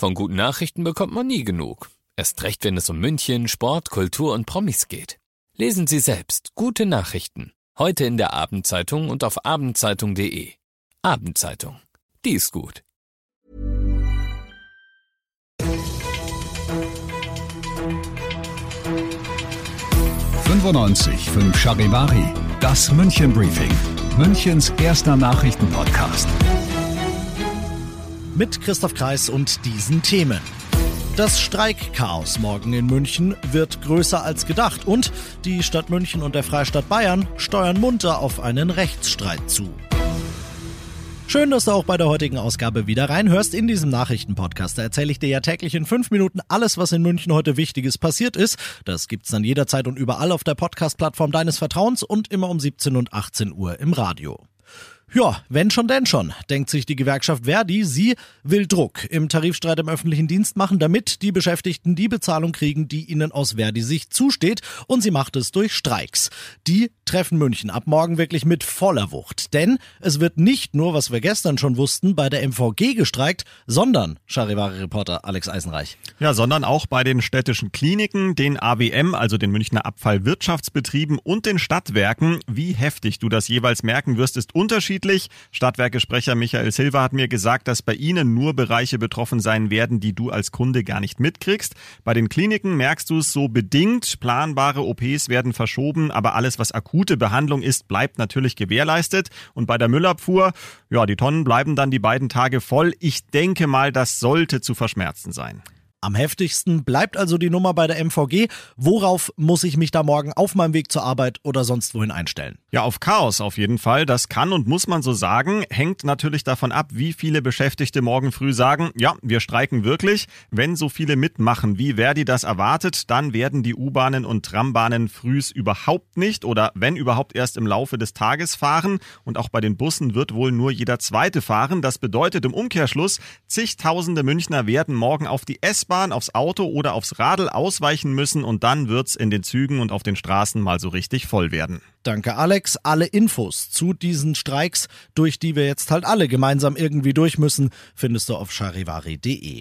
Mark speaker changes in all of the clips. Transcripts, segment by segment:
Speaker 1: Von guten Nachrichten bekommt man nie genug. Erst recht, wenn es um München, Sport, Kultur und Promis geht. Lesen Sie selbst gute Nachrichten. Heute in der Abendzeitung und auf abendzeitung.de. Abendzeitung. Die ist gut.
Speaker 2: 95.5 Charivari, das München Briefing, Münchens erster Nachrichtenpodcast.
Speaker 3: Mit Christoph Kreis und diesen Themen. Das Streikchaos morgen in München wird größer als gedacht und die Stadt München und der Freistaat Bayern steuern munter auf einen Rechtsstreit zu. Schön, dass du auch bei der heutigen Ausgabe wieder reinhörst in diesem Nachrichtenpodcast. Da erzähle ich dir ja täglich in 5 Minuten alles, was in München heute Wichtiges passiert ist. Das gibt's dann jederzeit und überall auf der Podcast-Plattform deines Vertrauens und immer um 17 und 18 Uhr im Radio. Ja, wenn schon, denn schon, denkt sich die Gewerkschaft Verdi. Sie will Druck im Tarifstreit im öffentlichen Dienst machen, damit die Beschäftigten die Bezahlung kriegen, die ihnen aus Verdi-Sicht zusteht. Und sie macht es durch Streiks. Die treffen München ab morgen wirklich mit voller Wucht. Denn es wird nicht nur, was wir gestern schon wussten, bei der MVG gestreikt, sondern, Charivari-Reporter Alex Eisenreich.
Speaker 4: Ja, sondern auch bei den städtischen Kliniken, den AWM, also den Münchner Abfallwirtschaftsbetrieben und den Stadtwerken. Wie heftig du das jeweils merken wirst, ist unterschiedlich. Stadtwerke-Sprecher Michael Silva hat mir gesagt, dass bei ihnen nur Bereiche betroffen sein werden, die du als Kunde gar nicht mitkriegst. Bei den Kliniken merkst du es so bedingt. Planbare OPs werden verschoben, aber alles, was akute Behandlung ist, bleibt natürlich gewährleistet. Und bei der Müllabfuhr, ja, die Tonnen bleiben dann die beiden Tage voll. Ich denke mal, das sollte zu verschmerzen sein.
Speaker 3: Am heftigsten bleibt also die Nummer bei der MVG. Worauf muss ich mich da morgen auf meinem Weg zur Arbeit oder sonst wohin einstellen?
Speaker 4: Ja, auf Chaos auf jeden Fall. Das kann und muss man so sagen. Hängt natürlich davon ab, wie viele Beschäftigte morgen früh sagen, ja, wir streiken wirklich. Wenn so viele mitmachen, wie Verdi das erwartet, dann werden die U-Bahnen und Trambahnen frühs überhaupt nicht oder wenn überhaupt erst im Laufe des Tages fahren. Und auch bei den Bussen wird wohl nur jeder Zweite fahren. Das bedeutet im Umkehrschluss, zigtausende Münchner werden morgen auf die S-Bahn, aufs Auto oder aufs Radl ausweichen müssen und dann wird's in den Zügen und auf den Straßen mal so richtig voll werden.
Speaker 3: Danke, Alex. Alle Infos zu diesen Streiks, durch die wir jetzt halt alle gemeinsam irgendwie durch müssen, findest du auf charivari.de.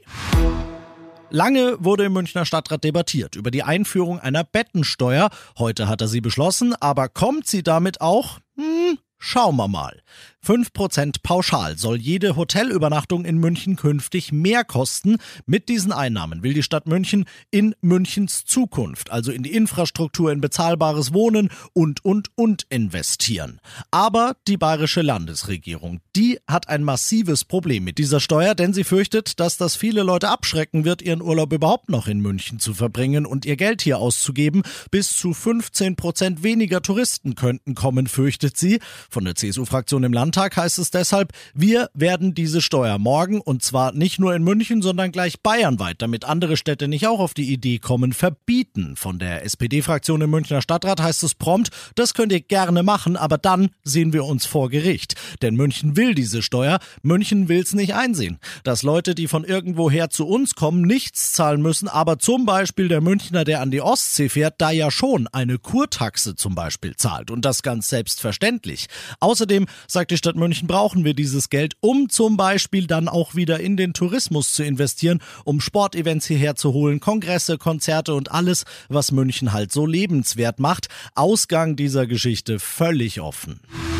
Speaker 3: Lange wurde im Münchner Stadtrat debattiert über die Einführung einer Bettensteuer. Heute hat er sie beschlossen, aber kommt sie damit auch? Schauen wir mal. 5% pauschal soll jede Hotelübernachtung in München künftig mehr kosten. Mit diesen Einnahmen will die Stadt München in Münchens Zukunft, also in die Infrastruktur, in bezahlbares Wohnen und investieren. Aber die bayerische Landesregierung, die hat ein massives Problem mit dieser Steuer, denn sie fürchtet, dass das viele Leute abschrecken wird, ihren Urlaub überhaupt noch in München zu verbringen und ihr Geld hier auszugeben. Bis zu 15% weniger Touristen könnten kommen, fürchtet sie. Von der CSU-Fraktion im Landtag heißt es deshalb, wir werden diese Steuer morgen, und zwar nicht nur in München, sondern gleich bayernweit, damit andere Städte nicht auch auf die Idee kommen, verbieten. Von der SPD-Fraktion im Münchner Stadtrat heißt es prompt, das könnt ihr gerne machen, aber dann sehen wir uns vor Gericht. Denn München will diese Steuer, München will's nicht einsehen. Dass Leute, die von irgendwoher zu uns kommen, nichts zahlen müssen, aber zum Beispiel der Münchner, der an die Ostsee fährt, da ja schon eine Kurtaxe zum Beispiel zahlt. Und das ganz selbstverständlich. Außerdem sagt die Stadt München, brauchen wir dieses Geld, um zum Beispiel dann auch wieder in den Tourismus zu investieren, um Sportevents hierher zu holen, Kongresse, Konzerte und alles, was München halt so lebenswert macht. Ausgang dieser Geschichte völlig offen.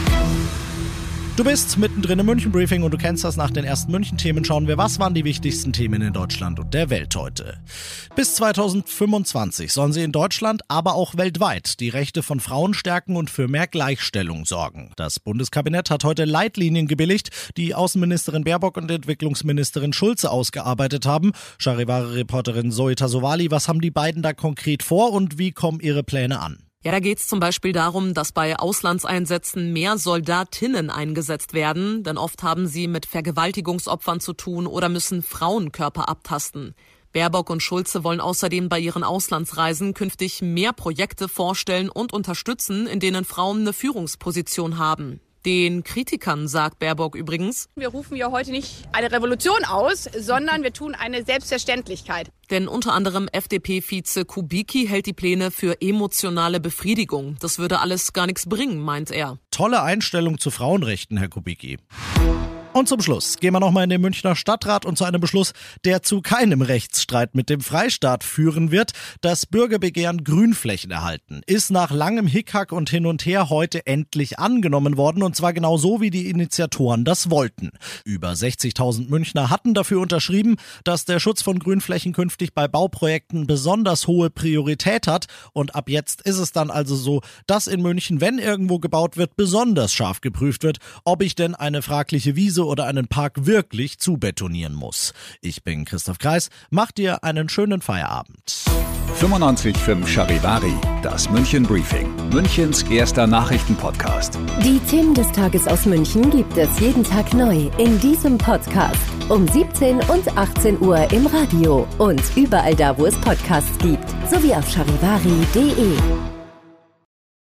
Speaker 3: Du bist mittendrin im München-Briefing und du kennst das. Nach den ersten München-Themen schauen wir, was waren die wichtigsten Themen in Deutschland und der Welt heute. Bis 2025 sollen sie in Deutschland, aber auch weltweit die Rechte von Frauen stärken und für mehr Gleichstellung sorgen. Das Bundeskabinett hat heute Leitlinien gebilligt, die Außenministerin Baerbock und Entwicklungsministerin Schulze ausgearbeitet haben. Charivari-Reporterin Zoe Tasovali, was haben die beiden da konkret vor und wie kommen ihre Pläne an?
Speaker 5: Ja, da geht's zum Beispiel darum, dass bei Auslandseinsätzen mehr Soldatinnen eingesetzt werden, denn oft haben sie mit Vergewaltigungsopfern zu tun oder müssen Frauenkörper abtasten. Baerbock und Schulze wollen außerdem bei ihren Auslandsreisen künftig mehr Projekte vorstellen und unterstützen, in denen Frauen eine Führungsposition haben. Den Kritikern sagt Baerbock übrigens:
Speaker 6: Wir rufen ja heute nicht eine Revolution aus, sondern wir tun eine Selbstverständlichkeit.
Speaker 5: Denn unter anderem FDP-Vize Kubicki hält die Pläne für emotionale Befriedigung. Das würde alles gar nichts bringen, meint er.
Speaker 3: Tolle Einstellung zu Frauenrechten, Herr Kubicki. Und zum Schluss gehen wir nochmal in den Münchner Stadtrat und zu einem Beschluss, der zu keinem Rechtsstreit mit dem Freistaat führen wird. Das Bürgerbegehren Grünflächen erhalten ist nach langem Hickhack und hin und her heute endlich angenommen worden, und zwar genau so, wie die Initiatoren das wollten. Über 60.000 Münchner hatten dafür unterschrieben, dass der Schutz von Grünflächen künftig bei Bauprojekten besonders hohe Priorität hat, und ab jetzt ist es dann also so, dass in München, wenn irgendwo gebaut wird, besonders scharf geprüft wird, ob ich denn eine fragliche Wiese oder einen Park wirklich zubetonieren muss. Ich bin Christoph Kreis, mach dir einen schönen Feierabend.
Speaker 2: 95.5 Charivari, das München Briefing, Münchens erster Nachrichtenpodcast.
Speaker 7: Die Themen des Tages aus München gibt es jeden Tag neu in diesem Podcast. Um 17 und 18 Uhr im Radio und überall da, wo es Podcasts gibt. Sowie auf charivari.de.